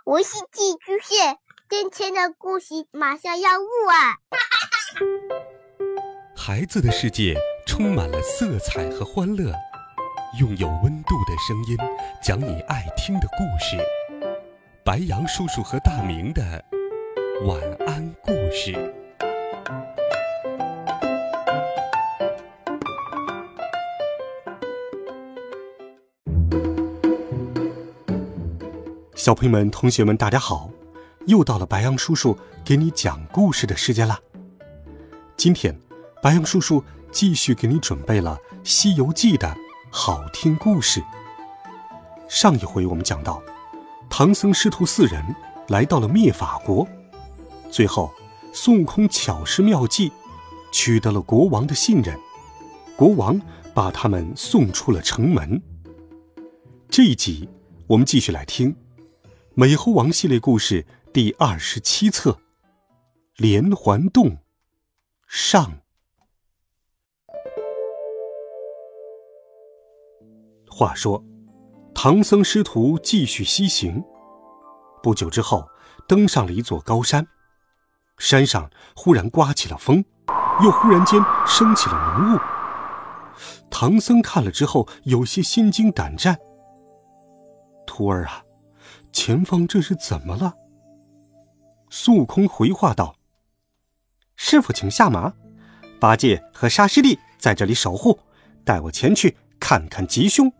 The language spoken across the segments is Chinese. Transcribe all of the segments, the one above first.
我是寄居蟹，今天的故事马上要录啊！ 孩子的世界充满了色彩和欢乐，用有温度的声音讲你爱听的故事。白杨叔叔和大明的晚安故事。小朋友们、同学们，大家好！又到了白杨叔叔给你讲故事的时间啦。今天，白杨叔叔继续给你准备了《西游记》的好听故事。上一回我们讲到，唐僧师徒4人来到了灭法国，最后孙悟空巧施妙计，取得了国王的信任，国王把他们送出了城门。这一集我们继续来听美猴王系列故事第27册连环洞上。话说唐僧师徒继续西行，不久之后登上了一座高山，山上忽然刮起了风，又忽然间升起了浓雾。唐僧看了之后有些心惊胆战，徒儿啊，前方这是怎么了？孙悟空回话道：师父请下马，八戒和沙师弟在这里守护，带我前去看看吉凶。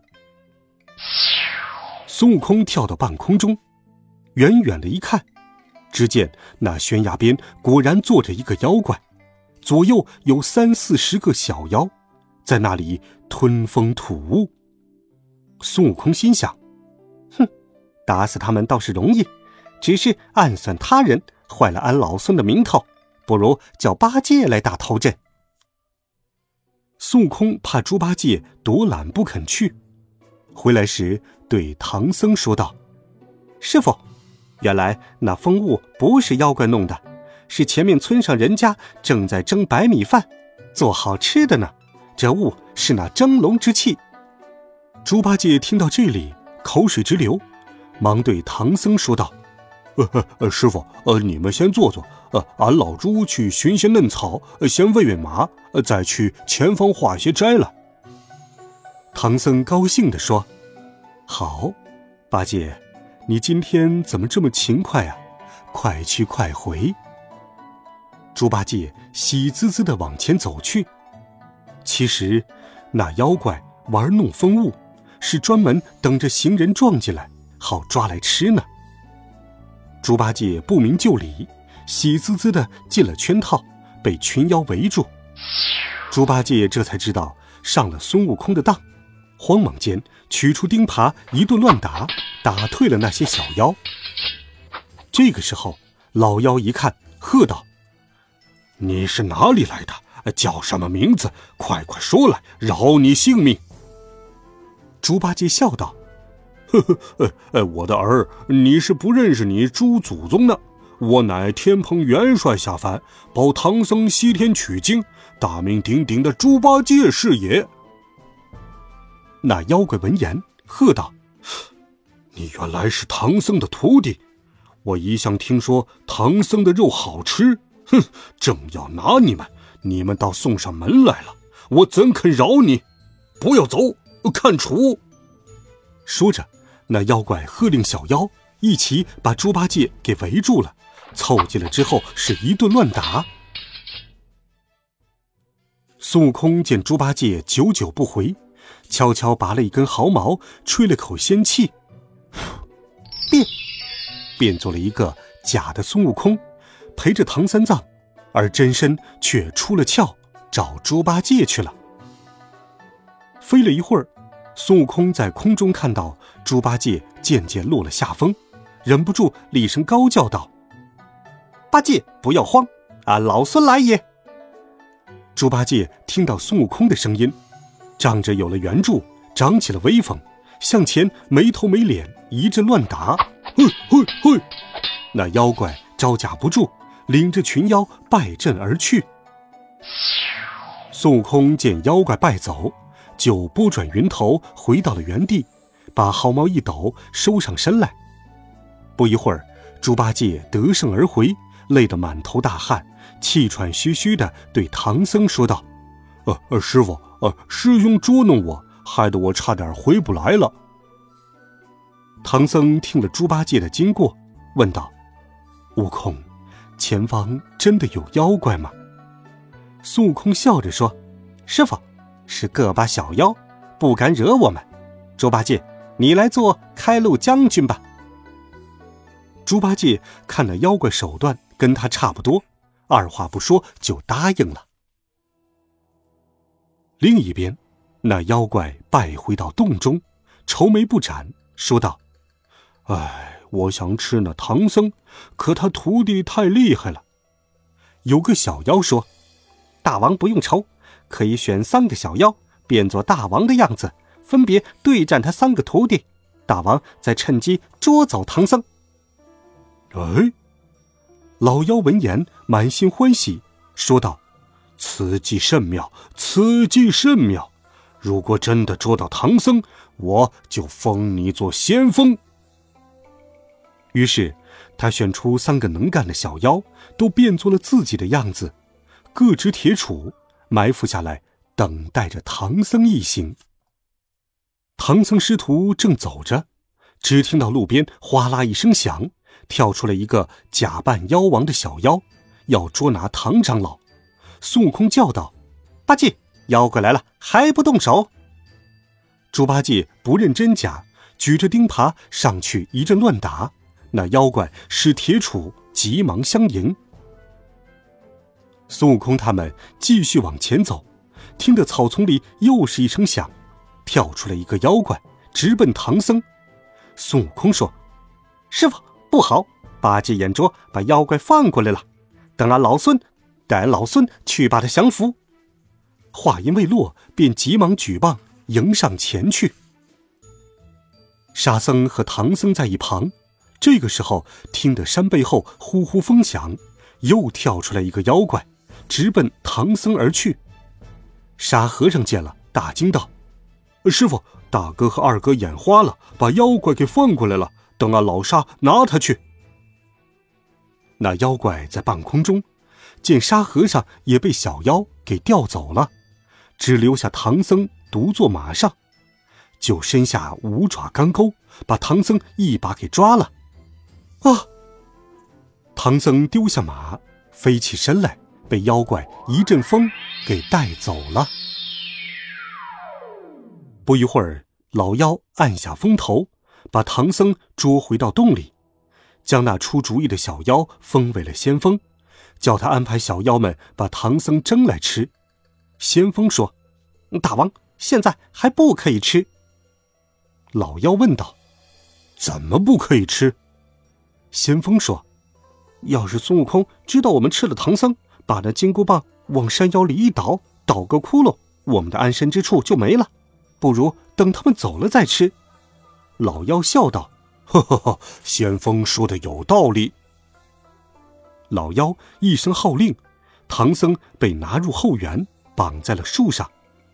孙悟空跳到半空中，远远的一看，只见那悬崖边果然坐着一个妖怪，左右有30-40个小妖，在那里吞风吐雾。孙悟空心想，打死他们倒是容易，只是暗算他人，坏了俺老孙的名头，不如叫八戒来打头阵。孙悟空怕猪八戒躲懒不肯去，回来时对唐僧说道：师父，原来那风雾不是妖怪弄的，是前面村上人家正在蒸白米饭，做好吃的呢，这雾是那蒸笼之气。猪八戒听到这里口水直流，忙对唐僧说道：师父，你们先坐坐，俺老猪去寻些嫩草，先喂喂马，再去前方化些斋来。唐僧高兴地说：好，八戒，你今天怎么这么勤快啊？快去快回。猪八戒喜滋滋地往前走去。其实那妖怪玩弄风雾，是专门等着行人撞进来，好抓来吃呢。猪八戒不明就里，喜滋滋地进了圈套，被群妖围住。猪八戒这才知道上了孙悟空的当，慌忙间取出钉耙一顿乱打，打退了那些小妖。这个时候老妖一看，喝道：你是哪里来的？叫什么名字？快快说来，饶你性命。猪八戒笑道：我的儿，你是不认识你猪祖宗呢？我乃天蓬元帅下凡，保唐僧西天取经，大名鼎鼎的猪八戒是也。那妖怪闻言喝道：你原来是唐僧的徒弟，我一向听说唐僧的肉好吃，正要拿你们倒送上门来了，我怎肯饶你？不要走，看处。说着，那妖怪喝令小妖一起把猪八戒给围住了，凑近了之后是一顿乱打。孙悟空见猪八戒久久不回，悄悄拔了一根毫毛，吹了口仙气，变做了一个假的孙悟空，陪着唐三藏，而真身却出了窍，找猪八戒去了。飞了一会儿，孙悟空在空中看到猪八戒渐渐落了下风，忍不住厉声高叫道：八戒不要慌，俺老孙来也。猪八戒听到孙悟空的声音，仗着有了援助，长起了威风，向前没头没脸一阵乱打。那妖怪招架不住，领着群妖败阵而去。孙悟空见妖怪败走，就拨转云头回到了原地，把毫毛一抖，收上身来。 不一会儿，猪八戒得胜而回，累得满头大汗，气喘吁吁地对唐僧说道：师傅，师兄捉弄我，害得我差点回不来了。唐僧听了猪八戒的经过，问道：悟空，前方真的有妖怪吗？孙悟空笑着说：师傅，是个把小妖，不敢惹我们。猪八戒，你来做开路将军吧。猪八戒看了妖怪手段跟他差不多，二话不说就答应了。另一边，那妖怪败回到洞中，愁眉不展，说道：我想吃那唐僧，可他徒弟太厉害了。有个小妖说：大王不用愁，可以选3个小妖，变作大王的样子，分别对战他3个徒弟，大王再趁机捉走唐僧。老妖闻言满心欢喜，说道：此计甚妙，此计甚妙，如果真的捉到唐僧，我就封你做先锋。于是他选出3个能干的小妖，都变作了自己的样子，各执铁杵，埋伏下来，等待着唐僧一行。唐僧师徒正走着，只听到路边哗啦一声响，跳出了一个假扮妖王的小妖，要捉拿唐长老。孙悟空叫道：八戒，妖怪来了，还不动手？猪八戒不认真假，举着钉耙上去一阵乱打，那妖怪使铁杵，急忙相迎。孙悟空他们继续往前走，听得草丛里又是一声响，跳出了一个妖怪，直奔唐僧。孙悟空说：师傅，不好，八戒眼拙，把妖怪放过来了，带俺老孙去把他降服。话音未落，便急忙举棒迎上前去。沙僧和唐僧在一旁，这个时候听得山背后呼呼风响，又跳出来一个妖怪，直奔唐僧而去。沙和尚见了，大惊道：师傅，大哥和二哥眼花了，把妖怪给放过来了，等俺老沙拿他去。那妖怪在半空中见沙和尚也被小妖给调走了，只留下唐僧独坐马上，就伸下五爪钢钩，把唐僧一把给抓了。唐僧丢下马，飞起身来，被妖怪一阵风给带走了。不一会儿，老妖按下风头，把唐僧捉回到洞里，将那出主意的小妖封为了先锋，叫他安排小妖们把唐僧蒸来吃。先锋说：大王，现在还不可以吃。老妖问道：怎么不可以吃？先锋说：要是孙悟空知道我们吃了唐僧，把那金箍棒往山腰里一倒，倒个窟窿，我们的安身之处就没了，不如等他们走了再吃。老妖笑道：呵呵呵，先锋说的有道理。老妖一声号令，唐僧被拿入后园，绑在了树上。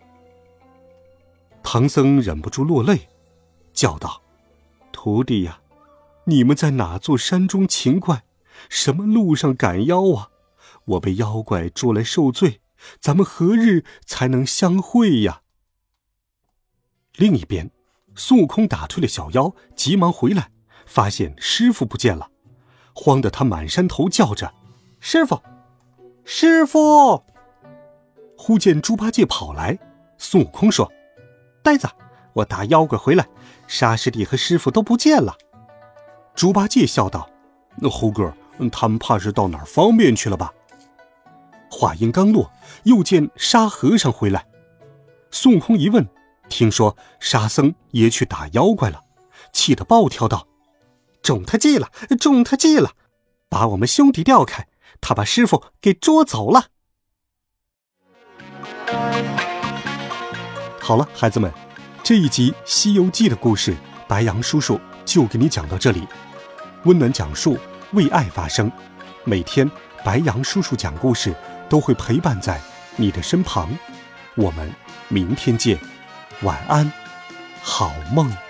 唐僧忍不住落泪，叫道：徒弟呀，你们在哪座山中勤快，什么路上赶妖啊？我被妖怪捉来受罪，咱们何日才能相会呀？另一边，孙悟空打退了小妖，急忙回来，发现师傅不见了，慌得他满山头叫着：师傅，师傅！忽见猪八戒跑来，孙悟空说：呆子，我打妖怪回来，沙师弟和师傅都不见了。猪八戒笑道：猴哥，他们怕是到哪儿方便去了吧？话音刚落，又见沙和尚回来。孙悟空一问，听说沙僧也去打妖怪了，气得暴跳道：中他计了，中他计了，把我们兄弟调开，他把师傅给捉走了。好了，孩子们，这一集《西游记》的故事，白杨叔叔就给你讲到这里。温暖讲述，为爱发声，每天白杨叔叔讲故事都会陪伴在你的身旁。我们明天见，晚安，好梦。